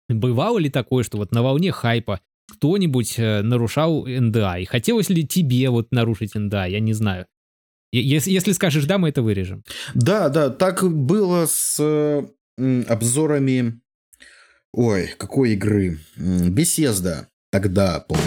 бывало ли такое, что вот на волне хайпа кто-нибудь нарушал НДА? И хотелось ли тебе вот нарушить НДА? Я не знаю. Если скажешь «да», мы это вырежем. Да, так было с обзорами... Ой, какой игры? Bethesda. Тогда, помню.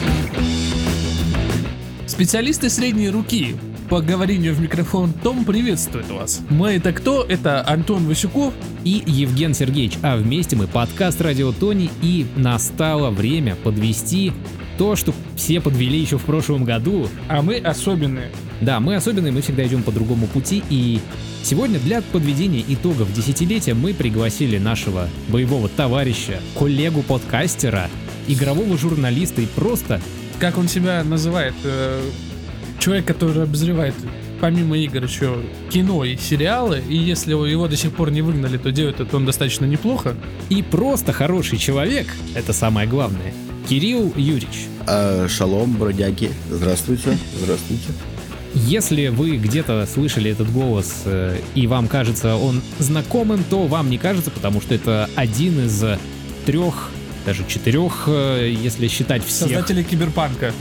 Специалисты средней руки по говорению в микрофон Том приветствует вас. Мы это кто? Это Антон Васюков и Евген Сергеевич. А вместе мы подкаст Радио Тони, и настало время подвести то, что все подвели еще в прошлом году. А мы особенные. Да, мы особенные, мы всегда идем по другому пути, и сегодня для подведения итогов десятилетия мы пригласили нашего боевого товарища, коллегу-подкастера, игрового журналиста и просто... Как он себя называет? Человек, который обозревает помимо игр еще кино и сериалы, и если его до сих пор не выгнали, то делает это он достаточно неплохо. И просто хороший человек, это самое главное, Кирилл Юрьевич. Шалом, бродяги. Здравствуйте. Если вы где-то слышали этот голос и вам кажется он знакомым, то вам не кажется, потому что это один из 3, даже 4, если считать всех. Создатели Киберпанка.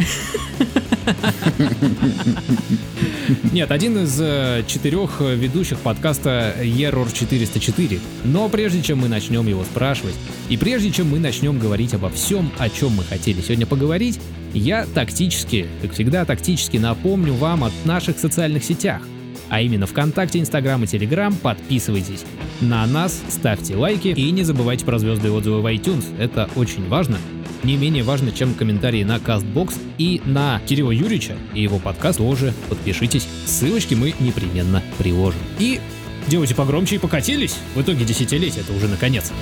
Нет, один из 4 ведущих подкаста Error 404. Но прежде чем мы начнем его спрашивать, и прежде чем мы начнем говорить обо всем, о чем мы хотели сегодня поговорить, я тактически, как всегда, напомню вам о наших социальных сетях. А именно ВКонтакте, Инстаграм и Телеграм. Подписывайтесь на нас, ставьте лайки и не забывайте про звезды и отзывы в iTunes. Это очень важно. Не менее важно, чем комментарии на Castbox, и на Кирилла Юрьевича и его подкаст тоже подпишитесь. Ссылочки мы непременно приложим. И делайте погромче и покатились. В итоге десятилетия это уже наконец.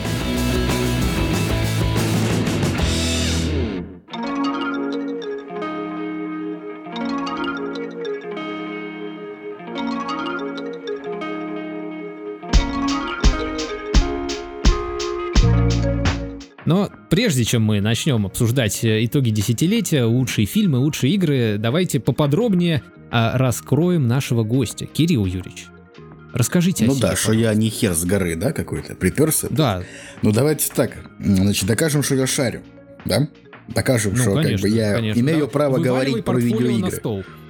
Но прежде чем мы начнем обсуждать итоги десятилетия, лучшие фильмы, лучшие игры, давайте поподробнее раскроем нашего гостя. Кирилл Юрьевич, расскажите о себе. Ну да, что я не хер с горы, да, какой-то, приперся? Да. Ну давайте так, значит, докажем, что я шарю, да? Докажем, что конечно, как бы я имею право говорить про видеоигры.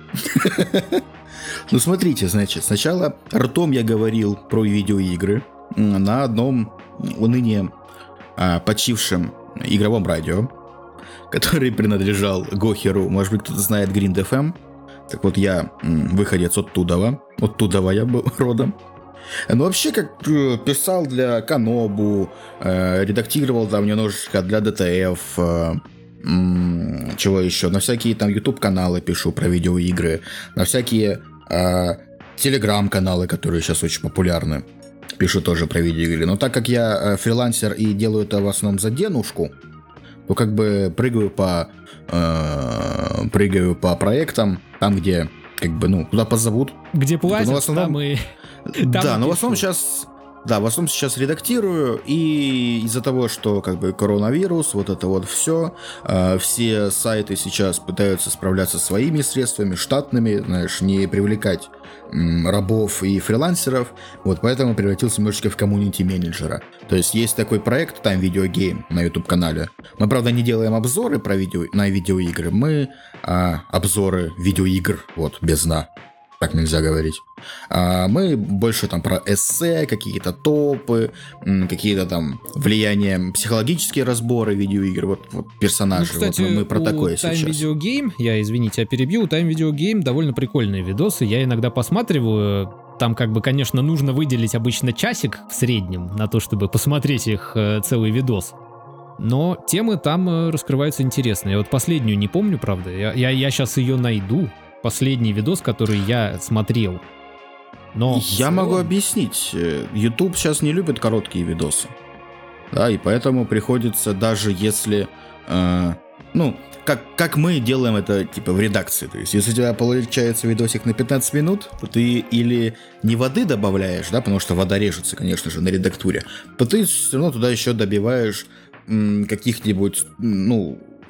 Ну смотрите, значит, сначала ртом я говорил про видеоигры на одном ныне почившем игровом радио, который принадлежал Гохеру. Может быть, кто-то знает Grind FM. Так вот, я выходец оттуда я был родом. Ну, вообще, как писал для Канобу, редактировал там немножечко для ДТФ, чего еще, на всякие там YouTube-каналы пишу про видеоигры, на всякие Telegram-каналы, которые сейчас очень популярны. Пишу тоже про видеоигры. Но так как я фрилансер и делаю это в основном за денежку, то как бы прыгаю по проектам, там, где как бы, ну, куда позовут. Где платят, в основном, там и... Да, но в основном сейчас редактирую, и из-за того, что как бы коронавирус, вот это вот все сайты сейчас пытаются справляться своими средствами, штатными, знаешь, не привлекать рабов и фрилансеров, вот поэтому превратился немножечко в комьюнити-менеджера. То есть есть такой проект Time Video Game на YouTube-канале. Мы, правда, не делаем обзоры на видеоигры, мы обзоры видеоигр, вот, без «на». Так нельзя говорить. Мы больше там про эссе, какие-то топы, какие-то там влияния, психологические разборы видеоигр, вот персонажи. Ну, кстати, вот мы про такое Time сейчас. Video Game, я, извините, перебью, у Time Video Game довольно прикольные видосы, я иногда посматриваю, там как бы, конечно, нужно выделить обычно часик в среднем на то, чтобы посмотреть их целый видос. Но темы там раскрываются интересные. Я вот последнюю не помню, правда, я сейчас ее найду. Последний видос, который я смотрел. Но я могу объяснить. YouTube сейчас не любит короткие видосы. Да, и поэтому приходится, даже если... как мы делаем это типа в редакции. То есть, если у тебя получается видосик на 15 минут, то ты или не воды добавляешь, да, потому что вода режется, конечно же, на редактуре, то ты все равно туда еще добиваешь каких-нибудь,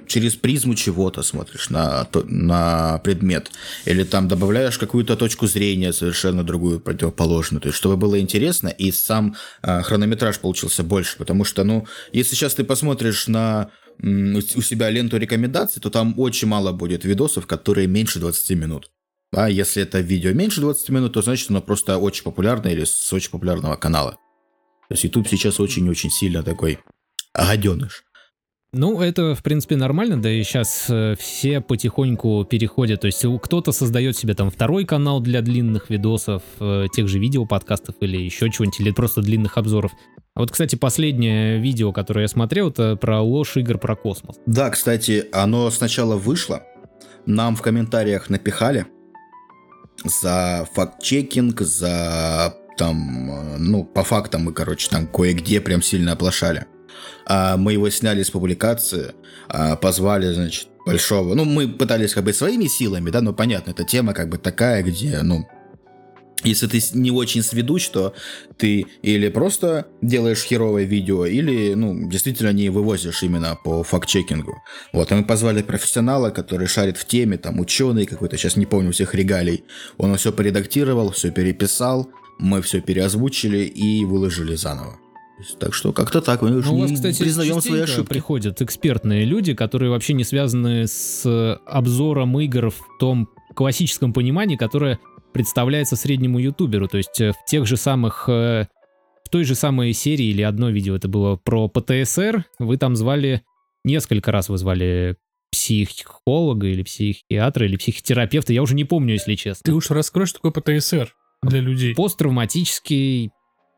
через призму чего-то смотришь на предмет, или там добавляешь какую-то точку зрения совершенно другую, противоположную, то есть чтобы было интересно, и сам хронометраж получился больше, потому что, ну, если сейчас ты посмотришь у себя ленту рекомендаций, то там очень мало будет видосов, которые меньше 20 минут. А если это видео меньше 20 минут, то значит оно просто очень популярное или с очень популярного канала. То есть YouTube сейчас очень-очень сильно такой гаденыш. Ну, это, в принципе, нормально, да и сейчас все потихоньку переходят, то есть кто-то создает себе там второй канал для длинных видосов, тех же видеоподкастов или еще чего-нибудь, или просто длинных обзоров. А вот, кстати, последнее видео, которое я смотрел, это про ложь игр про космос. Да, кстати, оно сначала вышло, нам в комментариях напихали за факт-чекинг, за там, ну, по фактам мы, короче, там кое-где прям сильно оплошали. Мы его сняли с публикации, позвали, значит, большого... Ну, мы пытались как бы своими силами, да, но понятно, эта тема как бы такая, где, ну... Если ты не очень сведущ, то ты или просто делаешь херовое видео, или, ну, действительно не вывозишь именно по факт-чекингу. Вот, и мы позвали профессионала, который шарит в теме, там, ученый какой-то, сейчас не помню всех регалий. Он все поредактировал, все переписал, мы все переозвучили и выложили заново. Так что как-то так, мы уже у вас, кстати, признаем свои ошибки. Приходят экспертные люди, которые вообще не связаны с обзором игр в том классическом понимании, которое представляется среднему ютуберу. То есть в той же самой серии или одно видео, это было про ПТСР, вы там несколько раз вы звали психолога или психиатра или психотерапевта, я уже не помню, если честно. Ты уж раскрой, что такое ПТСР для людей. Посттравматический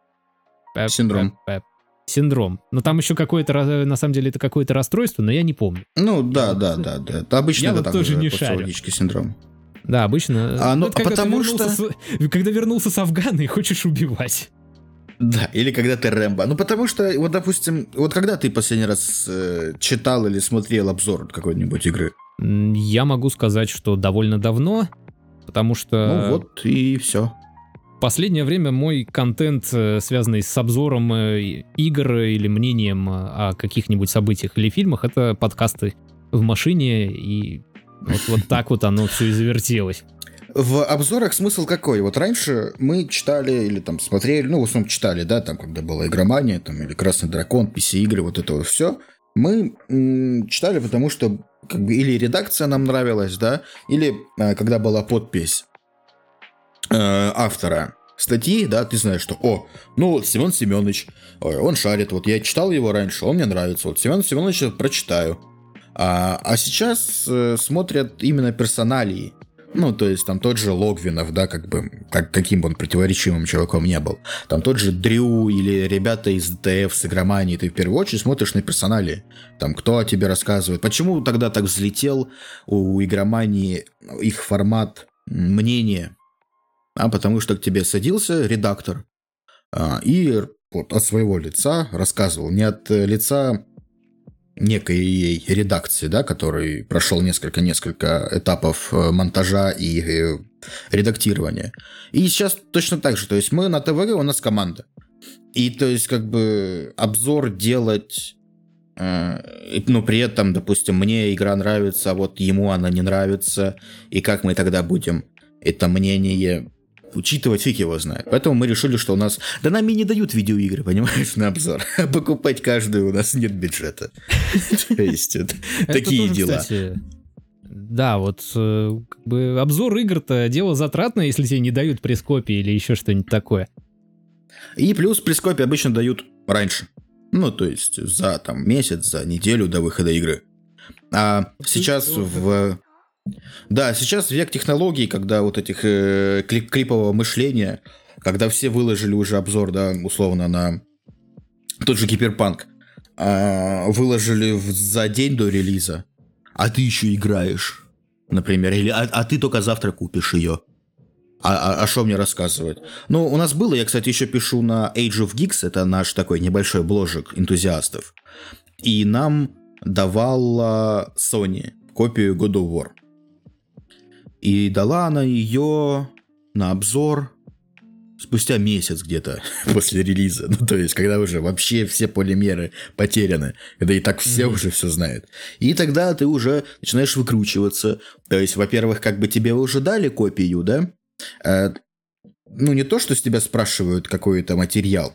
синдром. Но там еще какое-то, на самом деле, это какое-то расстройство, но я не помню. Ну, да. Это обычно я это вот тоже не шарю. посттравматический синдром. Да, обычно. Потому что... Когда вернулся с Афгана и хочешь убивать. Да, или когда ты Рэмбо. Ну, потому что, вот, допустим, вот когда ты последний раз читал или смотрел обзор какой-нибудь игры? Я могу сказать, что довольно давно, потому что... Ну, вот и все. В последнее время мой контент, связанный с обзором игр или мнением о каких-нибудь событиях или фильмах, это подкасты в машине, и вот так вот оно все и завертелось. В обзорах смысл какой? Вот раньше мы читали или там смотрели, ну, в основном читали, да, там, когда была игромания, там, или Красный дракон, PC-игры, вот это вот все. Мы читали, потому что как бы или редакция нам нравилась, да, или когда была подпись автора статьи, да, ты знаешь, что, Семен Семенович, он шарит, вот я читал его раньше, он мне нравится, вот Семен Семеновича прочитаю. А сейчас смотрят именно персоналии. Ну, то есть там тот же Логвинов, да, как бы, каким бы он противоречивым человеком не был. Там тот же Дрю или ребята из ДТФ с игромании. Ты в первую очередь смотришь на персоналии. Там, кто о тебе рассказывает. Почему тогда так взлетел у игромании их формат мнения? Потому что к тебе садился редактор и вот от своего лица рассказывал. Не от лица некой редакции, да, который прошел несколько этапов монтажа и редактирования. И сейчас точно так же. То есть мы на ТВГ, у нас команда. И то есть как бы обзор делать, но при этом, допустим, мне игра нравится, а вот ему она не нравится. И как мы тогда будем это мнение учитывать, фиг его знает. Поэтому мы решили, что у нас... Да нам и не дают видеоигры, понимаешь, на обзор. Покупать каждую у нас нет бюджета. То есть, такие дела. Да, вот как бы обзор игр-то дело затратное, если тебе не дают пресс-копии или еще что-нибудь такое. И плюс пресс-копии обычно дают раньше. Ну, то есть за там месяц, за неделю до выхода игры. А сейчас сейчас век технологий, когда вот этих клипового мышления, когда все выложили уже обзор, да, условно, на тот же Киберпанк, выложили за день до релиза, а ты еще играешь, например, или а ты только завтра купишь ее. А что мне рассказывать? Ну, у нас было, я, кстати, еще пишу на Age of Geeks, это наш такой небольшой бложик энтузиастов, и нам давала Sony копию God of War. И дала она ее на обзор спустя месяц где-то после релиза. Ну, то есть, когда уже вообще все полимеры потеряны, когда и так все уже все знают. И тогда ты уже начинаешь выкручиваться. То есть, во-первых, как бы тебе уже дали копию, да? Ну, не то, что с тебя спрашивают какой-то материал,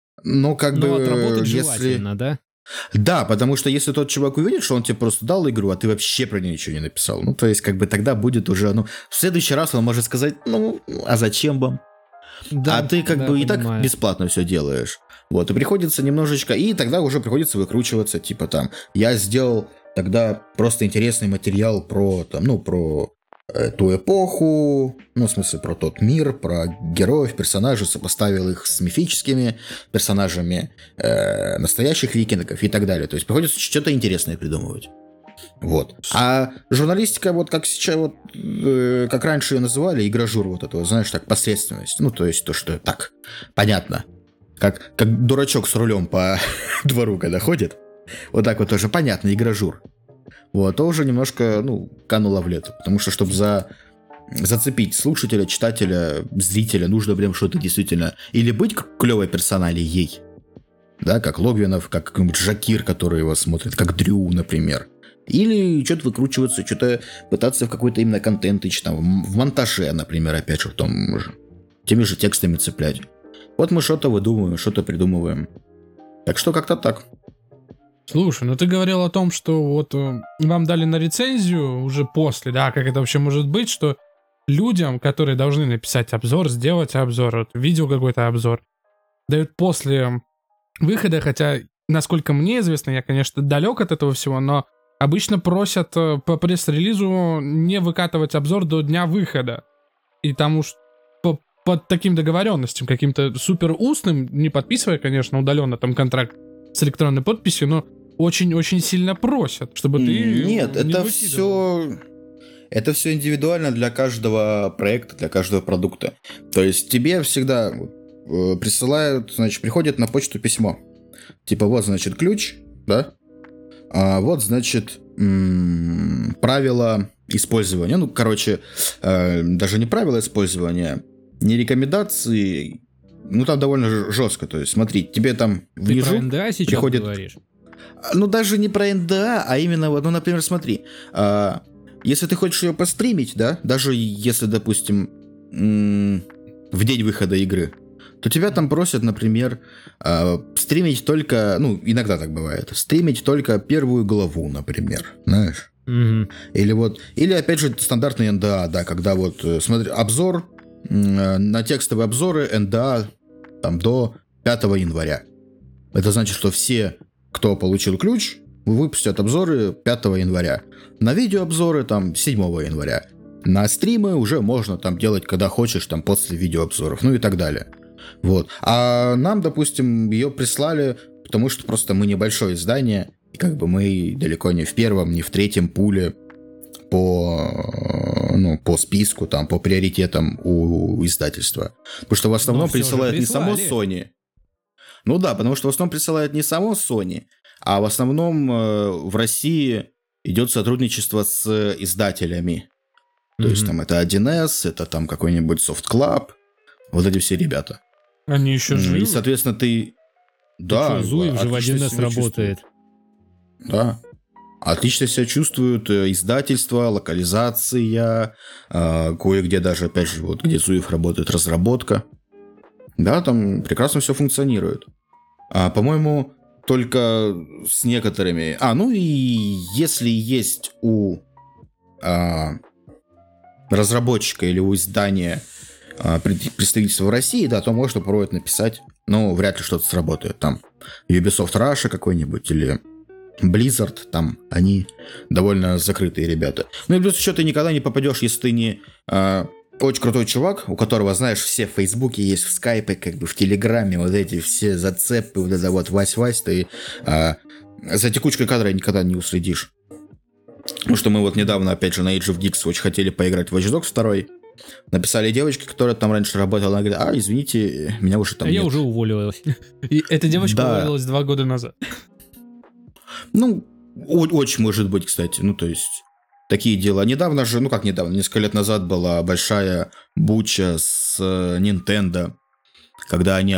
но как бы... отработать если... желательно, да? Да, потому что если тот чувак увидит, что он тебе просто дал игру, а ты вообще про нее ничего не написал, ну, то есть, как бы тогда будет уже, ну, в следующий раз он может сказать, ну, а зачем вам? Да, а ты как бы и понимаю. так бесплатно все делаешь. Вот, и приходится немножечко, и тогда уже приходится выкручиваться, типа там, я сделал тогда просто интересный материал про, там, ну, про ту эпоху, ну, в смысле, про тот мир, про героев, персонажей, сопоставил их с мифическими персонажами настоящих викингов и так далее. То есть приходится что-то интересное придумывать. Вот. А журналистика, вот как сейчас, вот, как раньше ее называли, игражур, вот этого, знаешь, так, посредственность. Ну, то есть то, что так, понятно. Как дурачок с рулем по двору, когда ходит. Вот так вот тоже понятно, игражур. Вот, то уже немножко, ну, кануло в лету. Потому что, чтобы зацепить слушателя, читателя, зрителя, нужно прям что-то действительно... Или быть клевой персоналией, да, как Логвинов, как какой-нибудь Жакир, который его смотрит, как Дрю, например. Или что-то выкручиваться, что-то пытаться в какой-то именно контент идти, там, в монтаже, например, опять же, в том же, теми же текстами цеплять. Вот мы что-то выдумываем, что-то придумываем. Так что как-то так. Слушай, ну ты говорил о том, что вот вам дали на рецензию уже после, да, как это вообще может быть, что людям, которые должны написать обзор, сделать обзор, вот, видео какой-то обзор, дают после выхода, хотя, насколько мне известно, я, конечно, далек от этого всего, но обычно просят по пресс-релизу не выкатывать обзор до дня выхода. И там уж по таким договоренностям, каким-то супер устным, не подписывая, конечно, удаленно там контракт с электронной подписью, но очень-очень сильно просят, чтобы ты... Нет, это все... Это все индивидуально для каждого проекта, для каждого продукта. То есть тебе всегда присылают, значит, приходит на почту письмо. Типа, вот, значит, ключ, да? А вот, значит, правила использования. Ну, короче, даже не правила использования, не рекомендации. Ну, там довольно жестко. То есть, смотри, тебе там внизу ты про НДА сейчас приходит... говоришь? Ну, даже не про НДА, а именно, вот, ну, например, смотри, если ты хочешь ее постримить, да, даже если, допустим, в день выхода игры, то тебя там просят, например, стримить только, ну, иногда так бывает, стримить только первую главу, например, знаешь? Угу. Или опять же, стандартный НДА, да, когда вот, смотри, обзор, на текстовые обзоры НДА там до 5 января. Это значит, что все, кто получил ключ, выпустят обзоры 5 января. На видеообзоры там 7 января. На стримы уже можно там делать, когда хочешь, там после видеообзоров, ну и так далее. Вот. А нам, допустим, ее прислали, потому что просто мы небольшое издание, и как бы мы далеко не в первом, не в третьем пуле по списку, там, по приоритетам у издательства. Потому что в основном присылают не само Sony. Ну да, потому что в основном присылают не само Sony, а в основном в России идет сотрудничество с издателями. То есть там это 1С, это там какой-нибудь Soft Club, вот эти все ребята. Они еще живы? И, соответственно, ты... Да, что, Зуев же в 1С работает. Да. Отлично себя чувствуют издательства, локализация, кое-где даже, опять же, вот где Зуев работает, разработка. Да, там прекрасно все функционирует. По-моему, только с некоторыми... ну и если есть у разработчика или у издания представительства в России, да, то можно попробовать написать, но вряд ли что-то сработает. Там Ubisoft Russia какой-нибудь или Blizzard, там они довольно закрытые ребята. Ну и плюс еще ты никогда не попадешь, если ты не очень крутой чувак, у которого, знаешь, все в Фейсбуке есть, в Скайпе, как бы в Телеграме, вот эти все зацепы, вот это вот Вась-Вась, ты за текучкой кадра никогда не уследишь. Потому что мы вот недавно, опять же, на Age of Dix очень хотели поиграть в Watch Dogs 2. Написали девочке, которая там раньше работала, она говорит, извините, меня уже там нет. Я уже уволилась. И эта девочка уволилась 2 года назад. Ну, очень может быть, кстати. Ну, то есть, такие дела. Недавно же, ну как недавно, несколько лет назад была большая буча с Nintendo, когда они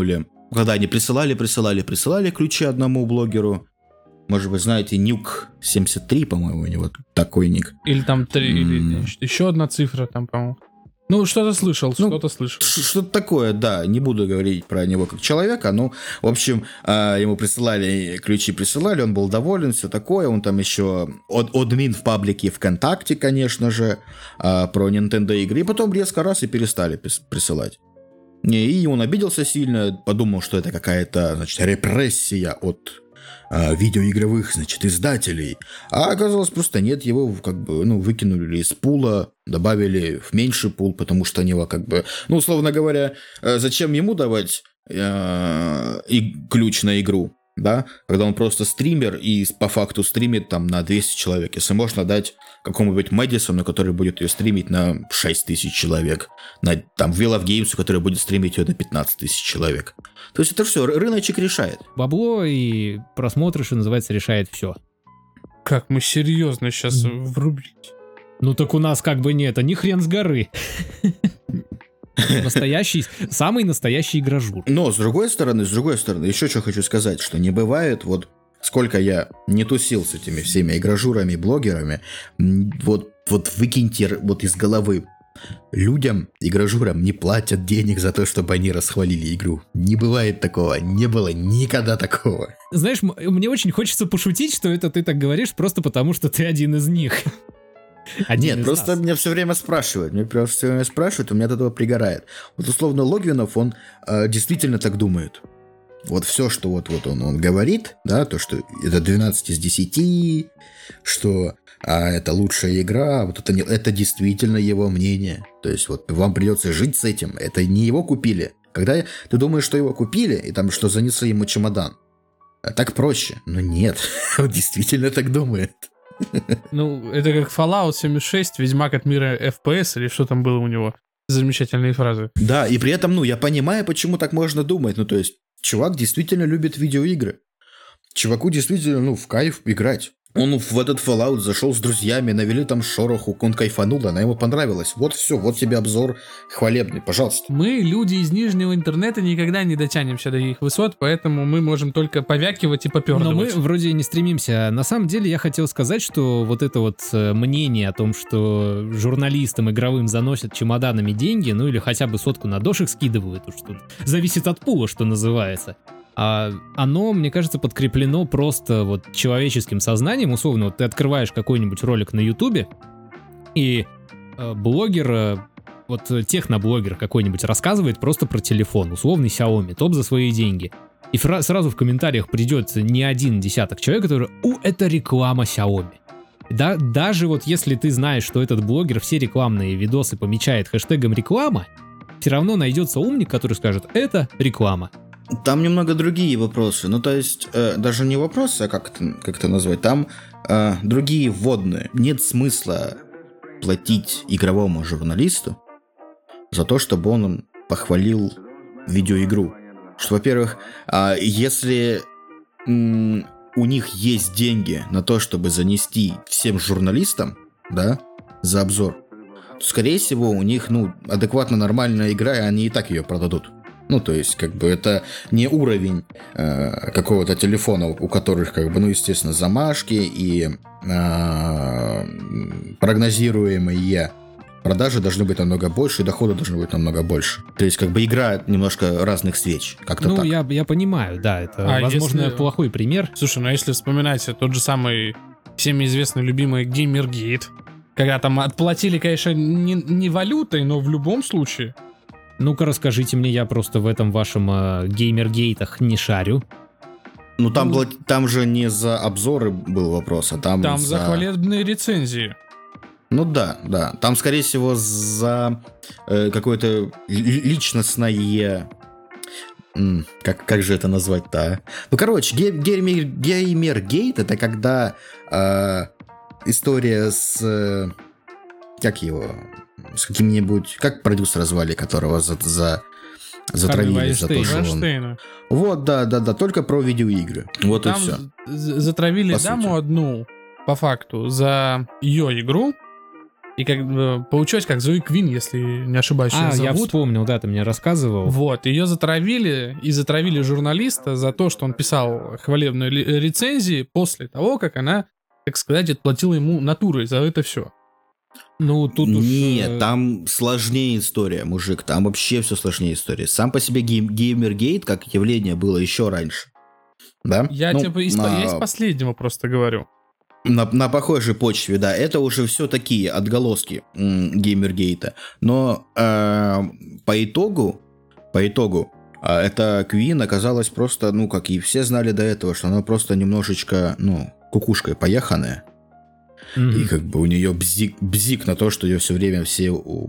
присылали ключи одному блогеру. Может быть, знаете, Нюк 73, по-моему, у него такой ник. Или там 3, или еще одна цифра там, по-моему. Ну, что-то слышал. Что-то такое, да. Не буду говорить про него как человека, но, в общем, ему ключи присылали, он был доволен, все такое. Он там еще админ в паблике ВКонтакте, конечно же, про Nintendo игры. И потом резко раз и перестали присылать. И он обиделся сильно, подумал, что это какая-то, значит, репрессия от видеоигровых, значит, издателей. А оказалось, просто нет, его как бы, выкинули из пула, добавили в меньший пул, потому что они его как бы, условно говоря, зачем ему давать ключ на игру, да, когда он просто стример и по факту стримит там на 200 человек, если можно дать какому-нибудь Мэдисону, который будет ее стримить на 6 тысяч человек, на там Wheel of Games, который будет стримить ее на 15 тысяч человек. То есть это все, рыночек решает. Бабло и просмотры, что называется, решает все. Как мы серьезно сейчас врубились. Ну так у нас как бы нет, ни хрен с горы. Самый настоящий игражур. Но с другой стороны, еще что хочу сказать, что не бывает, вот сколько я не тусил с этими всеми игражурами, блогерами, вот выкиньте вот из головы. Людям, игражурам, не платят денег за то, чтобы они расхвалили игру. Не бывает такого, не было никогда такого. Знаешь, мне очень хочется пошутить, что это ты так говоришь просто потому, что ты один из них. Нет, просто меня все время спрашивают. У меня от этого пригорает. Вот условно Логвинов, он действительно так думает. Вот все, что вот он говорит, да, то, что это 12 из 10, что это лучшая игра, вот это действительно его мнение. То есть вот вам придется жить с этим. Это не его купили. Когда ты думаешь, что его купили, и там что занесли ему чемодан, так проще. Но нет, он действительно так думает. Ну, это как Fallout 76, Ведьмак от мира FPS, или что там было у него. Замечательные фразы. Да, и при этом, я понимаю, почему так можно думать. То есть, чувак действительно любит видеоигры. Чуваку действительно, в кайф играть. Он в этот Fallout зашел с друзьями, навели там шороху, он кайфанул, она ему понравилась. Вот все, вот тебе обзор хвалебный, пожалуйста. Мы, люди из нижнего интернета, никогда не дотянемся до их высот, поэтому мы можем только повякивать и попердывать. Но мы вроде и не стремимся. На самом деле я хотел сказать, что вот это вот мнение о том, что журналистам игровым заносят чемоданами деньги, или хотя бы сотку на дошек скидывают, уж тут зависит от пула, что называется. Оно, мне кажется, подкреплено просто вот человеческим сознанием. Условно, вот ты открываешь какой-нибудь ролик на Ютубе, и блогер, вот техноблогер какой-нибудь рассказывает просто про телефон, условный Xiaomi, топ за свои деньги. И сразу в комментариях придет не один десяток человек, которые это реклама Xiaomi. Да, даже вот если ты знаешь, что этот блогер все рекламные видосы помечает хэштегом реклама, все равно найдется умник, который скажет, это реклама. Там немного другие вопросы. То есть, даже не вопросы, а как это назвать? Там другие вводные. Нет смысла платить игровому журналисту за то, чтобы он похвалил видеоигру. Что, во-первых, если у них есть деньги на то, чтобы занести всем журналистам, да, за обзор, то, скорее всего, у них, адекватно нормальная игра, и они и так ее продадут. То есть, это не уровень какого-то телефона, у которых, естественно, замашки и прогнозируемые продажи должны быть намного больше, и доходы должны быть намного больше. То есть, игра немножко разных свеч. Как-то так. Я понимаю, да, это, возможно, плохой пример. Слушай, если вспоминать тот же самый всеми известный, любимый Gamergate, когда там отплатили, конечно, не валютой, но в любом случае... Ну-ка, расскажите мне, я просто в этом вашем геймергейтах не шарю. Там же не за обзоры был вопрос, а там за хвалебные рецензии. Да. Там, скорее всего, за какое-то личностное... Как же это назвать-то? Геймергейт — это когда история с... Как его... С каким-нибудь... Как продюсера звали, которого затравили за то, что он... Вот, да, только про видеоигры. Вот там и все. Затравили даму одну, по факту, за ее игру, И как бы получилось, как Зои Квин, если не ошибаюсь, её я зовут. вспомнил, да, ты мне рассказывал. Вот, ее затравили, и затравили журналиста за то, что он писал хвалебные рецензии после того, как она, так сказать, отплатила ему натурой за это все. Ну, тут Нет, там сложнее история, мужик, там вообще все сложнее история. Сам по себе Геймергейт как явление было еще раньше. Да? Я Ну, типа я из последнего просто говорю. На похожей почве, да, это уже все такие отголоски Геймергейта. Но по итогу, эта Квин оказалась просто, ну, как и все знали до этого, что она просто немножечко, ну, кукушкой поеханная. И как бы у нее бзик на то, что ее все время все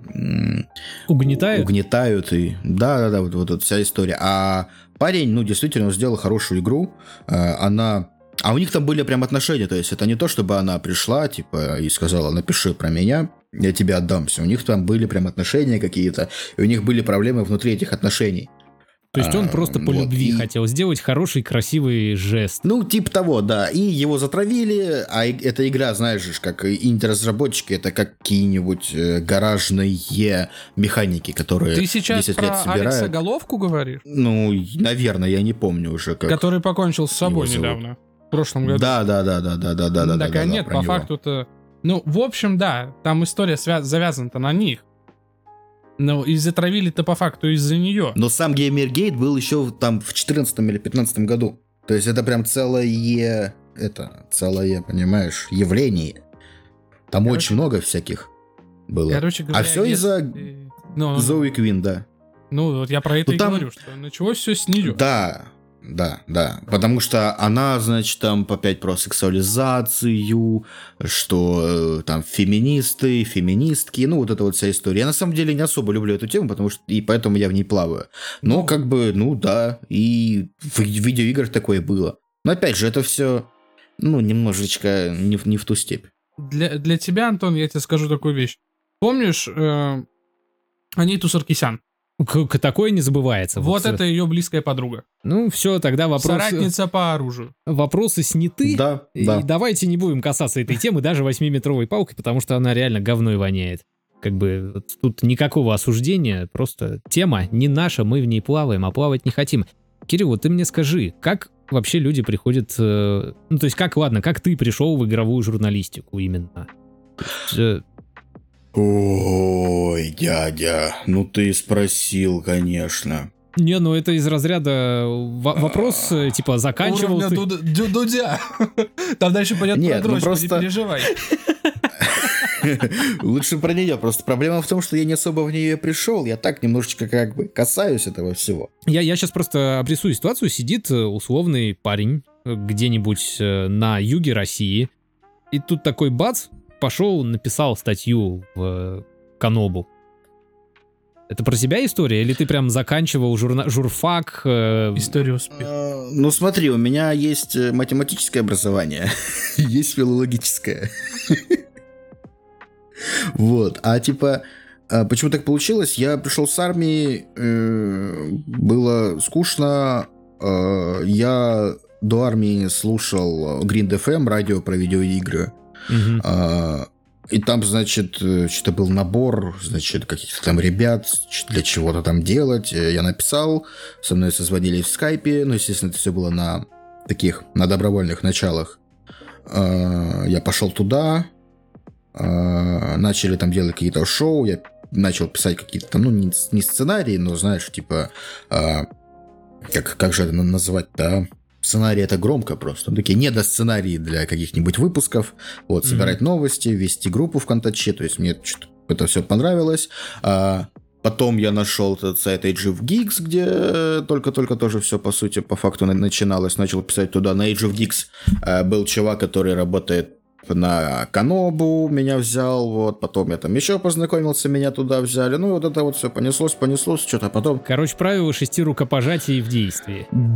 угнетают. И да, вот вся история. А парень, ну, действительно, он сделал хорошую игру. А у них там были прям отношения, то есть это не то, чтобы она пришла, типа, и сказала, напиши про меня, я тебе отдамся. У них там были прям отношения какие-то, и у них были проблемы внутри этих отношений. То есть он просто по любви хотел сделать хороший, красивый жест. Ну, типа того, да. И его затравили, а эта игра, знаешь же, как инди-разработчики, это как какие-нибудь гаражные механики, которые 10 лет собирают. Ты сейчас про Алекса Головку говоришь? Ну, наверное, я не помню уже. Как который покончил с собой недавно, в прошлом году. Да. Так, нет, по факту-то... Ну, в общем, да, там история завязана-то на них. Ну, и затравили-то по факту из-за нее. Но сам Геймергейт был еще там в 14 или 15 году. То есть это прям целое, понимаешь, явление. Там очень много всяких было. Короче говоря, а все из-за Зои Квин, да. Ну, вот я про это говорю, что началось все с нее. Да. Потому что она, значит, там опять про сексуализацию, что там феминисты, феминистки, ну, вот эта вот вся история. Я на самом деле не особо люблю эту тему, потому что и поэтому я в ней плаваю. Но как бы, ну да, и в видеоиграх такое было. Но опять же, это все, ну, немножечко не в ту степь. Для тебя, Антон, я тебе скажу такую вещь. Помнишь Аниту Саркисян? Такое не забывается. Вот это ее близкая подруга. Ну, все, тогда вопрос... Соратница по оружию. Вопросы сняты. Да. И давайте не будем касаться этой темы даже 8-метровой палкой, потому что она реально говной воняет. Как бы тут никакого осуждения, просто тема не наша, мы в ней плаваем, а плавать не хотим. Кирилл, вот ты мне скажи, как вообще люди приходят... Ну, то есть как ты пришел в игровую журналистику именно? Ой, дядя, ну ты спросил, конечно. Не, ну это из разряда вопрос, типа, заканчивал уровня ты... Дудя. Там дальше пойдет про дрочку, не переживай. Лучше про нее. Просто проблема в том, что я не особо в нее пришел. Я так немножечко как бы касаюсь этого всего. Я сейчас просто обрисую ситуацию. Сидит условный парень где-нибудь на юге России. И тут такой бац, пошел, написал статью в Канобу. Это про себя история? Или ты прям заканчивал журфак? Историю успеха. Ну смотри, у меня есть математическое образование. Есть филологическое. Вот. А типа, почему так получилось? Я пришел с армии, было скучно. Я до армии слушал Grind FM, радио про видеоигры. И там, значит, что-то был набор, значит, каких-то там ребят, для чего-то там делать. Я написал, со мной созвонились в скайпе. Ну, естественно, это все было на добровольных началах. Я пошел туда, начали там делать какие-то шоу, я начал писать какие-то там, ну, не сценарии, но, знаешь, типа, как же это называть-то, Сценарий — это громко просто. Такие недосценарии для каких-нибудь выпусков. Вот, собирать новости, вести группу ВКонтакте. То есть мне это все понравилось. Потом я нашел этот сайт Age of Geeks, где только-только тоже все, по сути, по факту начиналось. Начал писать туда. На Age of Geeks был чувак, который работает на Канобу, меня взял, вот, потом я там еще познакомился, меня туда взяли, ну, вот это вот все понеслось, что-то потом... Короче, правило 6 рукопожатий в действии.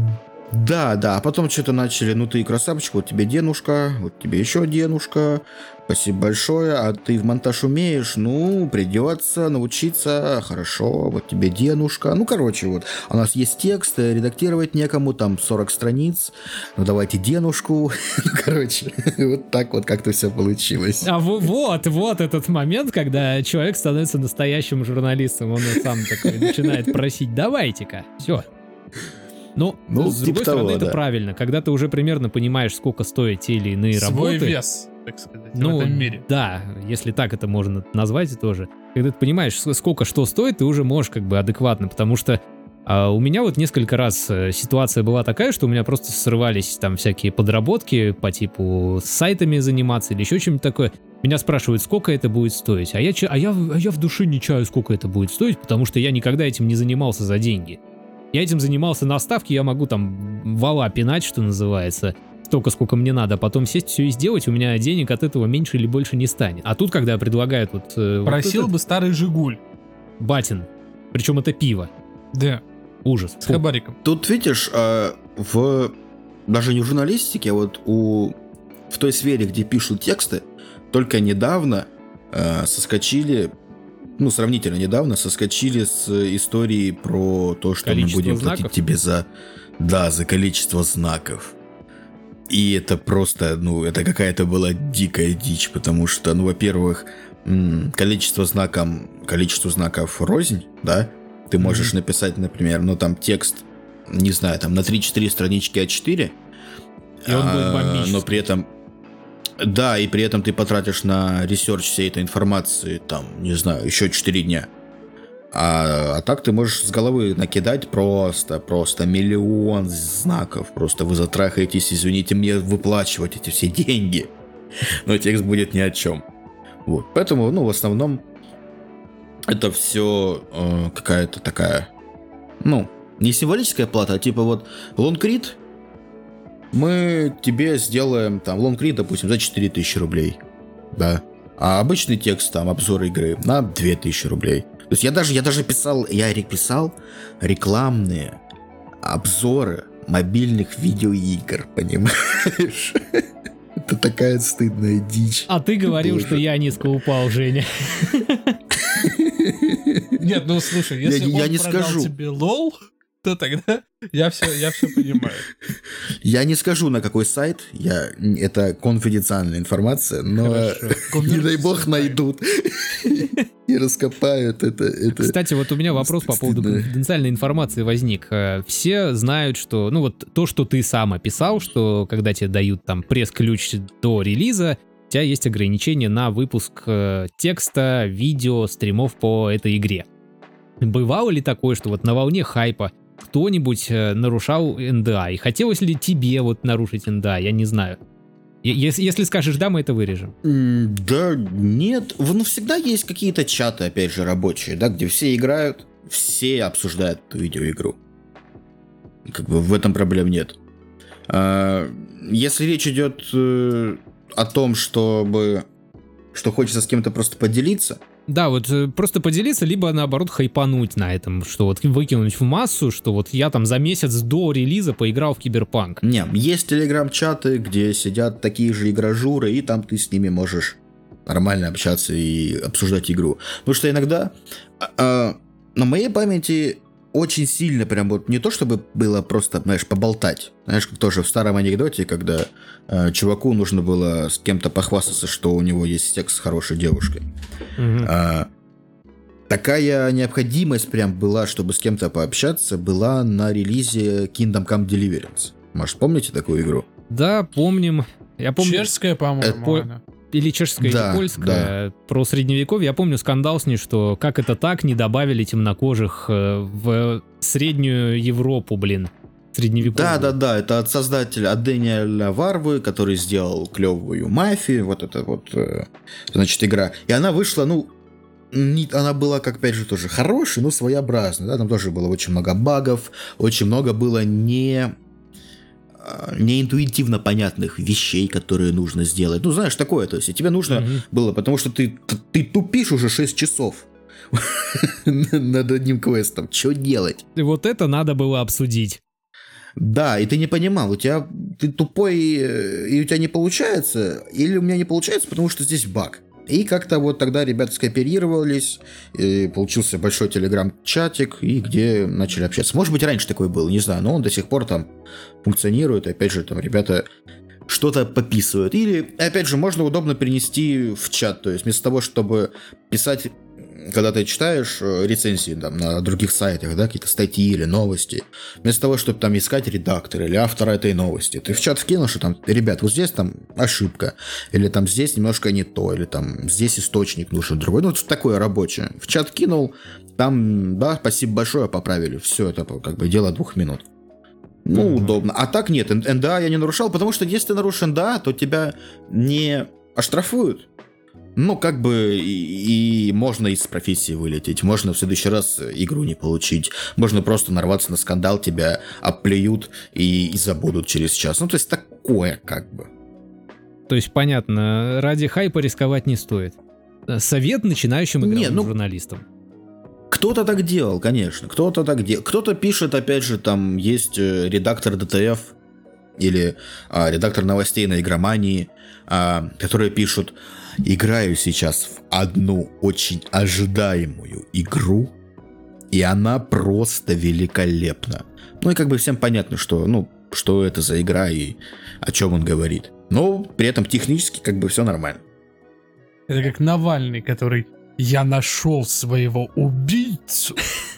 Да, а потом что-то начали, ну ты красавчик, вот тебе денушка, вот тебе еще денушка, спасибо большое, а ты в монтаж умеешь, ну, придется научиться, хорошо, вот тебе денушка, ну, короче, вот, у нас есть текст, редактировать некому, там 40 страниц, ну, давайте денушку, ну, короче, вот так вот как-то все получилось. А вот этот момент, когда человек становится настоящим журналистом, он сам такой начинает просить, давайте-ка, все. Ну, с другой стороны, это правильно. Когда ты уже примерно понимаешь, сколько стоят те или иные работы. Свой вес, так сказать, в ну, этом мире. Да, если так это можно назвать тоже. Когда ты понимаешь, сколько что стоит, ты уже можешь как бы адекватно, потому что у меня вот несколько раз ситуация была такая, что у меня просто срывались там всякие подработки по типу с сайтами заниматься или еще чем-нибудь такое. Меня спрашивают, сколько это будет стоить. А я в душе не чаю, сколько это будет стоить, потому что я никогда этим не занимался за деньги. Я этим занимался на ставке, я могу там вала пинать, что называется, столько, сколько мне надо, потом сесть все и сделать, у меня денег от этого меньше или больше не станет. А тут, когда предлагают вот... Просил вот бы старый «Жигуль». Батин. Причем это пиво. Да. Ужас. С хабариком. Тут, видишь, даже не в журналистике, а вот в той сфере, где пишут тексты, только недавно соскочили... Ну, сравнительно недавно соскочили с истории про то, что количество мы будем знаков? платить тебе за количество знаков. И это просто, ну, это какая-то была дикая дичь, потому что, ну, во-первых, количество знаков рознь, да? Ты можешь написать, например, ну, там текст, не знаю, там на 3-4 странички А4, И он будет бомбический. но при этом... Да, и при этом ты потратишь на ресерч всей этой информации, там, не знаю, еще 4 дня. А так ты можешь с головы накидать просто миллион знаков. Просто вы затрахаетесь, извините мне, выплачивать эти все деньги. Но текст будет ни о чем. Вот, поэтому, ну, в основном это все какая-то такая, ну, не символическая плата, а типа вот лонгрид. Мы тебе сделаем там лонгрид, допустим, за 4000 рублей, да, а обычный текст, там, обзор игры на 2000 рублей. То есть я даже писал рекламные обзоры мобильных видеоигр, понимаешь? Это такая стыдная дичь. А ты говорил, что я низко упал, Женя. Нет, ну слушай, если Я он не продал скажу. тебе лол, то тогда я все понимаю. Я не скажу, на какой сайт, это конфиденциальная информация, но не дай бог найдут и раскопают это. Кстати, вот у меня вопрос по поводу конфиденциальной информации возник. Все знают, что, ну вот то, что ты сам описал, что когда тебе дают там пресс-ключ до релиза, у тебя есть ограничения на выпуск текста, видео, стримов по этой игре. Бывало ли такое, что вот на волне хайпа кто-нибудь нарушал НДА? И хотелось ли тебе вот нарушить НДА? Я не знаю. Если скажешь «да», мы это вырежем. Да, нет. Ну, всегда есть какие-то чаты, опять же, рабочие, да, где все играют, все обсуждают эту видеоигру. Как бы в этом проблем нет. Если речь идет о том, что хочется с кем-то просто поделиться. Да, вот просто поделиться, либо наоборот хайпануть на этом, что вот выкинуть в массу, что вот я там за месяц до релиза поиграл в Киберпанк. Не, есть телеграм-чаты, где сидят такие же игражуры, и там ты с ними можешь нормально общаться и обсуждать игру. Потому что иногда на моей памяти очень сильно прям вот не то, чтобы было просто, знаешь, поболтать. Знаешь, как тоже в старом анекдоте, когда чуваку нужно было с кем-то похвастаться, что у него есть секс с хорошей девушкой. Такая необходимость прям была, чтобы с кем-то пообщаться, была на релизе Kingdom Come Deliverance. Может, помните такую игру? Да, помним. Я помню. Чешская, по-моему, она. Или чешская, Да, или польская, да. про средневековье. Я помню скандал с ней, что как это так, не добавили темнокожих в среднюю Европу, блин, средневековье. Да, это от создателя, от Дэниеля Варвы, который сделал клевую мафию, вот это вот, значит, игра. И она вышла, ну, она была, как опять же, тоже хорошей, но своеобразной, да, там тоже было очень много багов, очень много было неинтуитивно понятных вещей, которые нужно сделать. Ну, знаешь, такое, то есть тебе нужно было, потому что ты тупишь уже 6 часов над одним квестом. Что делать? И вот это надо было обсудить. Да, и ты не понимал, ты тупой, и у тебя не получается, или у меня не получается, потому что здесь баг. И как-то вот тогда ребята скооперировались, и получился большой телеграм-чатик, и где начали общаться. Может быть, раньше такой был, не знаю, но он до сих пор там функционирует, и опять же, там ребята что-то пописывают. Или, опять же, можно удобно перенести в чат, то есть вместо того, чтобы писать, когда ты читаешь рецензии там, на других сайтах, да, какие-то статьи или новости, вместо того, чтобы там искать редактора или автора этой новости, ты в чат вкинул, что там, ребят, вот здесь там ошибка, или там здесь немножко не то, или там здесь источник нужен другой, ну, такое рабочее. В чат кинул, там, да, спасибо большое, поправили, все, это как бы дело 2 минут. Ну, удобно. А так нет, НДА я не нарушал, потому что если ты нарушишь НДА, то тебя не оштрафуют. Ну, как бы и можно из профессии вылететь, можно в следующий раз игру не получить, можно просто нарваться на скандал, тебя оплюют и забудут через час. Ну, то есть такое как бы. То есть, понятно, ради хайпа рисковать не стоит. Совет начинающим игровым журналистам. Кто-то так делал, конечно, кто-то так делал. Кто-то пишет, опять же, там есть редактор ДТФ или редактор новостей на Игромании, которые пишут: играю сейчас в одну очень ожидаемую игру, и она просто великолепна. Ну и как бы всем понятно, что, что это за игра и о чем он говорит. Но при этом технически как бы все нормально. Это как Навальный, который: я нашел своего убийцу.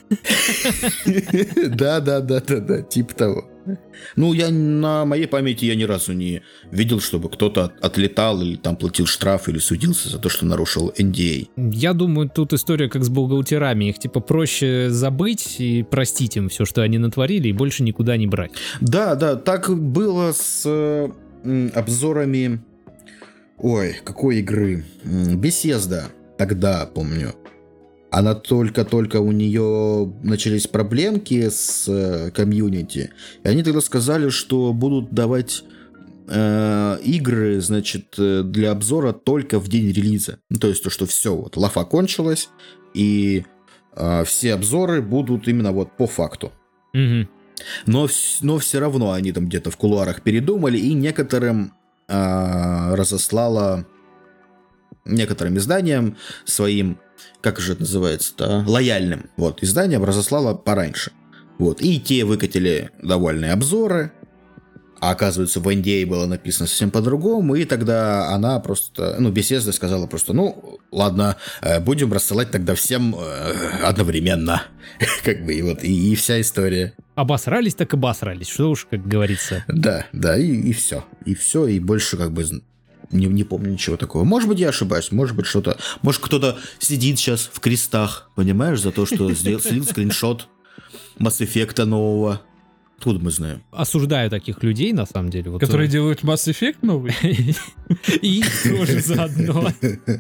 Да, типа того. Ну, на моей памяти я ни разу не видел, чтобы кто-то отлетал или там платил штраф или судился за то, что нарушил NDA. Я думаю, тут история как с бухгалтерами. Их типа проще забыть и простить им все, что они натворили, и больше никуда не брать. Да, так было с обзорами... Ой, какой игры? Bethesda. Тогда, помню. Она только у нее начались проблемки с комьюнити, и они тогда сказали, что будут давать игры, значит, для обзора только в день релиза. Ну, то есть то, что все, вот, лафа кончилась, и все обзоры будут именно вот по факту. Угу. Но все равно они там где-то в кулуарах передумали, и некоторым разослала, некоторым изданиям своим, как же это называется-то, лояльным, вот, изданиям разослала пораньше. Вот, и те выкатили довольные обзоры, а оказывается, в NDA было написано совсем по-другому, и тогда она просто, Bethesda сказала просто: ладно, будем рассылать тогда всем одновременно. Как бы, и вот, и вся история. Обосрались так обосрались, что уж, как говорится. Да, и все. И все, и больше как бы... Не помню ничего такого. Может быть, я ошибаюсь, может быть, что-то... Может, кто-то сидит сейчас в крестах, понимаешь, за то, что слил скриншот Mass Effect нового. Откуда мы знаем? Осуждаю таких людей, на самом деле. Вот, которые делают Mass Effect новый? И тоже заодно.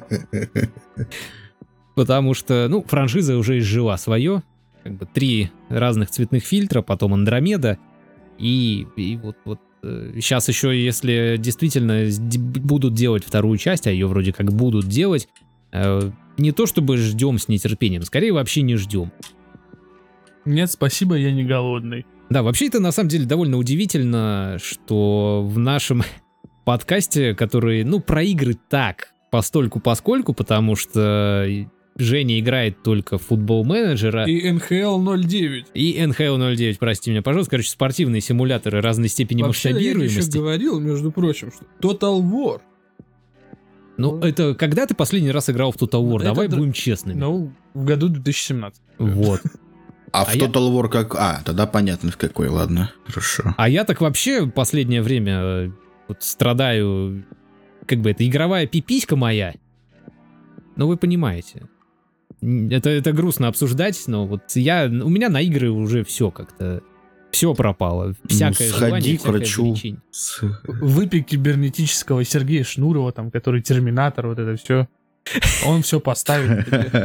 Потому что, франшиза уже изжила свое. Как бы 3 разных цветных фильтра, потом Андромеда. И вот сейчас еще, если действительно будут делать вторую часть, а ее вроде как будут делать, не то чтобы ждем с нетерпением, скорее вообще не ждем. Нет, спасибо, я не голодный. Да, вообще это на самом деле довольно удивительно, что в нашем подкасте, который, про игры так, постольку-поскольку, потому что Женя играет только в футбол-менеджера. И NHL 09. И NHL 09, прости меня, пожалуйста. Короче, спортивные симуляторы разной степени масштабируемости. Я еще говорил, между прочим, что Total War. Это когда ты последний раз играл в Total War? Давай будем честными. В году 2017. Вот. А в Total War как... тогда понятно в какой, ладно, хорошо. А я так вообще последнее время страдаю... Как бы это игровая пиписька моя. Вы понимаете. Это грустно обсуждать, но у меня на игры уже все как-то... Все пропало. Всякое желание, всякое ограничение. Выпей кибернетического Сергея Шнурова, там, который Терминатор, вот это все. Он все поставит.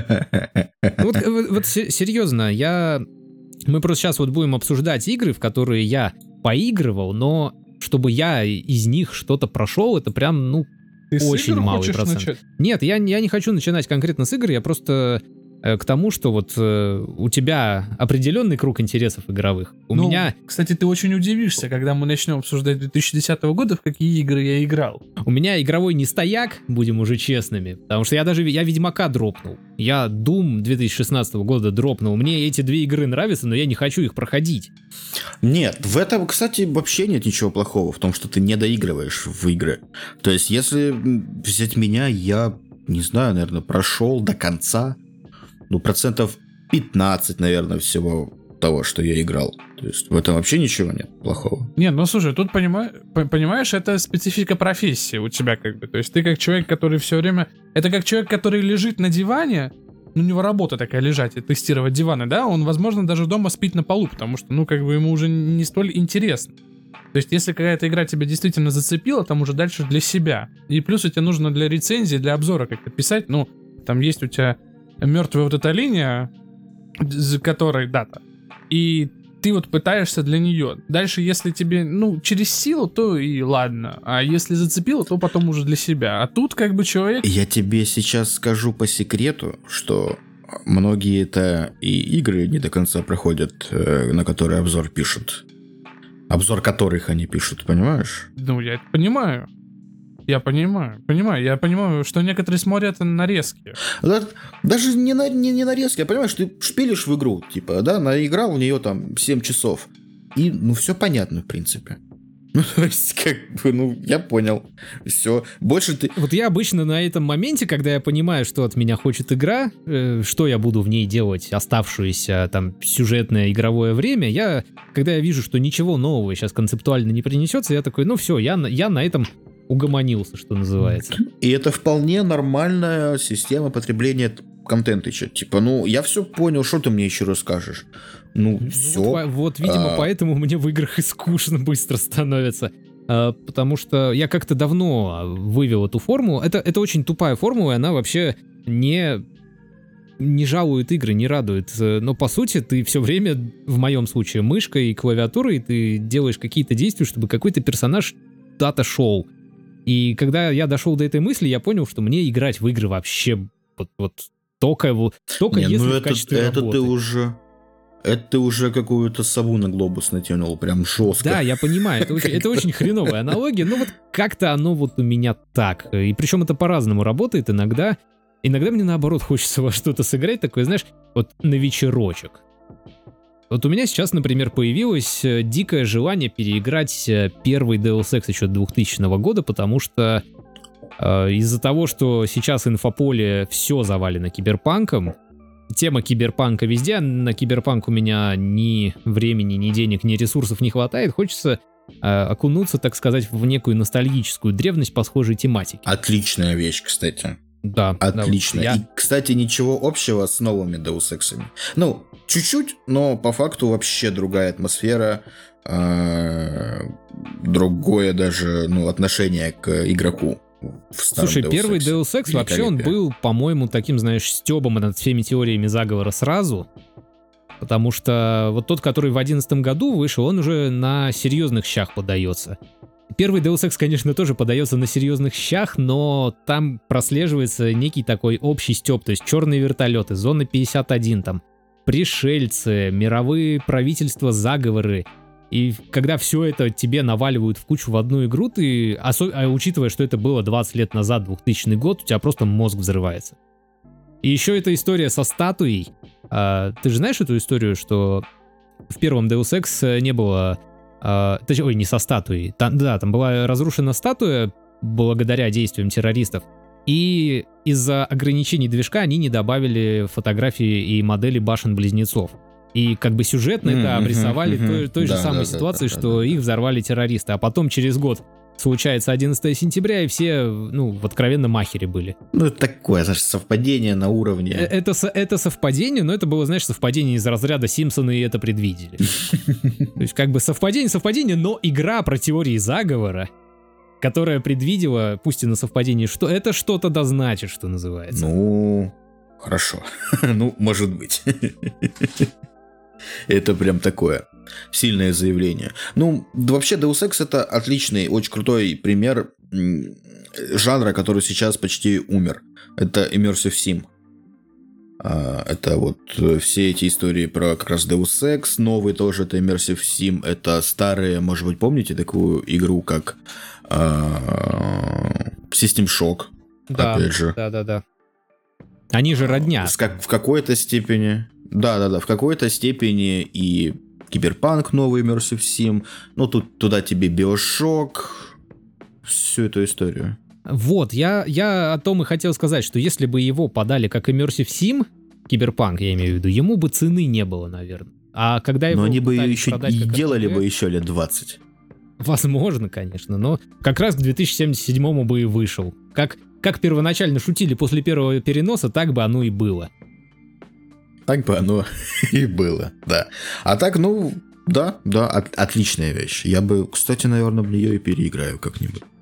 Вот серьезно, мы просто сейчас будем обсуждать игры, в которые я поигрывал, но чтобы я из них что-то прошел, это прям, Ты очень малый процент. Начать? Нет, я не хочу начинать конкретно с игр, я просто к тому, что вот у тебя определенный круг интересов игровых. У меня... Кстати, ты очень удивишься, когда мы начнем обсуждать 2010 года, в какие игры я играл. У меня игровой не стояк, будем уже честными, потому что я Ведьмака дропнул. Я Doom 2016 года дропнул. Мне эти две игры нравятся, но я не хочу их проходить. Нет, в этом, кстати, вообще нет ничего плохого, в том, что ты не доигрываешь в игры. То есть, если взять меня, я, не знаю, наверное, прошел до конца, 15%, наверное, всего того, что я играл. То есть, в этом вообще ничего нет плохого. Нет, слушай, тут понимаешь, это специфика профессии у тебя как бы. То есть, ты как человек, который все время... Это как человек, который лежит на диване, у него работа такая лежать и тестировать диваны, да, он, возможно, даже дома спит на полу, потому что, ему уже не столь интересно. То есть, если какая-то игра тебя действительно зацепила, там уже дальше для себя. И плюс тебе нужно для рецензии, для обзора как-то писать, там есть у тебя мертвая вот эта линия, за которой дата, и ты вот пытаешься для нее. Дальше, если тебе, через силу, то и ладно. А если зацепило, то потом уже для себя. А тут как бы человек... Я тебе сейчас скажу по секрету, что многие-то и игры не до конца проходят, на которые обзор пишут. Обзор которых они пишут, понимаешь? Я это понимаю. Я понимаю, что некоторые смотрят на нарезки. Даже не нарезки, понимаешь, ты шпилишь в игру, наиграл в нее там 7 часов. И, все понятно, в принципе. То есть, я понял. Все. Больше ты... Вот я обычно на этом моменте, когда я понимаю, что от меня хочет игра, что я буду в ней делать оставшееся там сюжетное игровое время, когда я вижу, что ничего нового сейчас концептуально не принесется, я такой, все, я на этом угомонился, что называется. И это вполне нормальная система потребления контента. Я все понял, что ты мне еще расскажешь? Все. Вот, видимо, поэтому мне в играх и скучно быстро становится. Потому что я как-то давно вывел эту формулу. Это очень тупая формула, и она вообще не жалует игры, не радует. Но по сути ты все время, в моем случае, мышкой и клавиатурой, ты делаешь какие-то действия, чтобы какой-то персонаж куда-то шел. И когда я дошел до этой мысли, я понял, что мне играть в игры вообще только если в качестве работы. Это ты уже какую-то сову на глобус натянул, прям жестко. Да, я понимаю, это очень хреновая аналогия, но как-то оно у меня так. И причем это по-разному работает иногда. Иногда мне наоборот хочется во что-то сыграть, такое, знаешь, на вечерочек. Вот у меня сейчас, например, появилось дикое желание переиграть первый Deus Ex еще 2000 года, потому что из-за того, что сейчас инфополе все завалено киберпанком, тема киберпанка везде, на киберпанк у меня ни времени, ни денег, ни ресурсов не хватает, хочется окунуться, так сказать, в некую ностальгическую древность по схожей тематике. Отличная вещь, кстати. Да. Отлично. Да, И, кстати, ничего общего с новыми Deus Ex'ами. Чуть-чуть, но по факту вообще другая атмосфера, другое даже, отношение к игроку. Слушай, первый Deus Ex вообще он был, по-моему, таким, знаешь, стёбом над всеми теориями заговора сразу. Потому что вот тот, который в 2011 году вышел, он уже на серьезных щах подается. Первый Deus Ex, конечно, тоже подается на серьезных щах, но там прослеживается некий такой общий стёб. То есть черные вертолеты, зона 51, там, пришельцы, мировые правительства, заговоры. И когда все это тебе наваливают в кучу в одну игру, ты, учитывая, что это было 20 лет назад, 2000 год, у тебя просто мозг взрывается. И еще эта история со статуей. Ты же знаешь эту историю, что в первом Deus Ex не было... не со статуей. Там была разрушена статуя благодаря действиям террористов. И из-за ограничений движка они не добавили фотографии и модели башен-близнецов. И как бы сюжетно это обрисовали той же самой ситуации, что их взорвали террористы. А потом через год случается 11 сентября, и все, в откровенно махере были. Это такое, знаешь, совпадение на уровне. Это совпадение, но это было, знаешь, совпадение из разряда Симпсоны, и это предвидели. То есть как бы совпадение, но игра про теории заговора, которая предвидела, пусть и на совпадении, что это что-то да значит, что называется. Хорошо. Может быть. Это прям такое сильное заявление. Вообще Deus Ex это отличный, очень крутой пример жанра, который сейчас почти умер. Это Immersive Sim. Это вот все эти истории про как раз Deus Ex, новый тоже это Immersive Sim, это старые, может быть, помните такую игру, как System Shock, Да, опять же. да. Они же родня. В какой-то степени, да, в какой-то степени и Киберпанк новый Immersive Sim, ну тут туда тебе BioShock, всю эту историю. Вот, я о том и хотел сказать, что если бы его подали как Immersive Sim, Киберпанк, я имею в виду, ему бы цены не было, наверное. А когда его Но они бы ее пытались еще продать и как делали RPG, бы еще лет 20. возможно, конечно, но как раз к 2077 бы и вышел. Как первоначально шутили после первого переноса, так бы оно и было. Так бы оно и было, да. А так, ну, да, отличная вещь. Я бы, кстати, наверное, в нее и переиграю как-нибудь.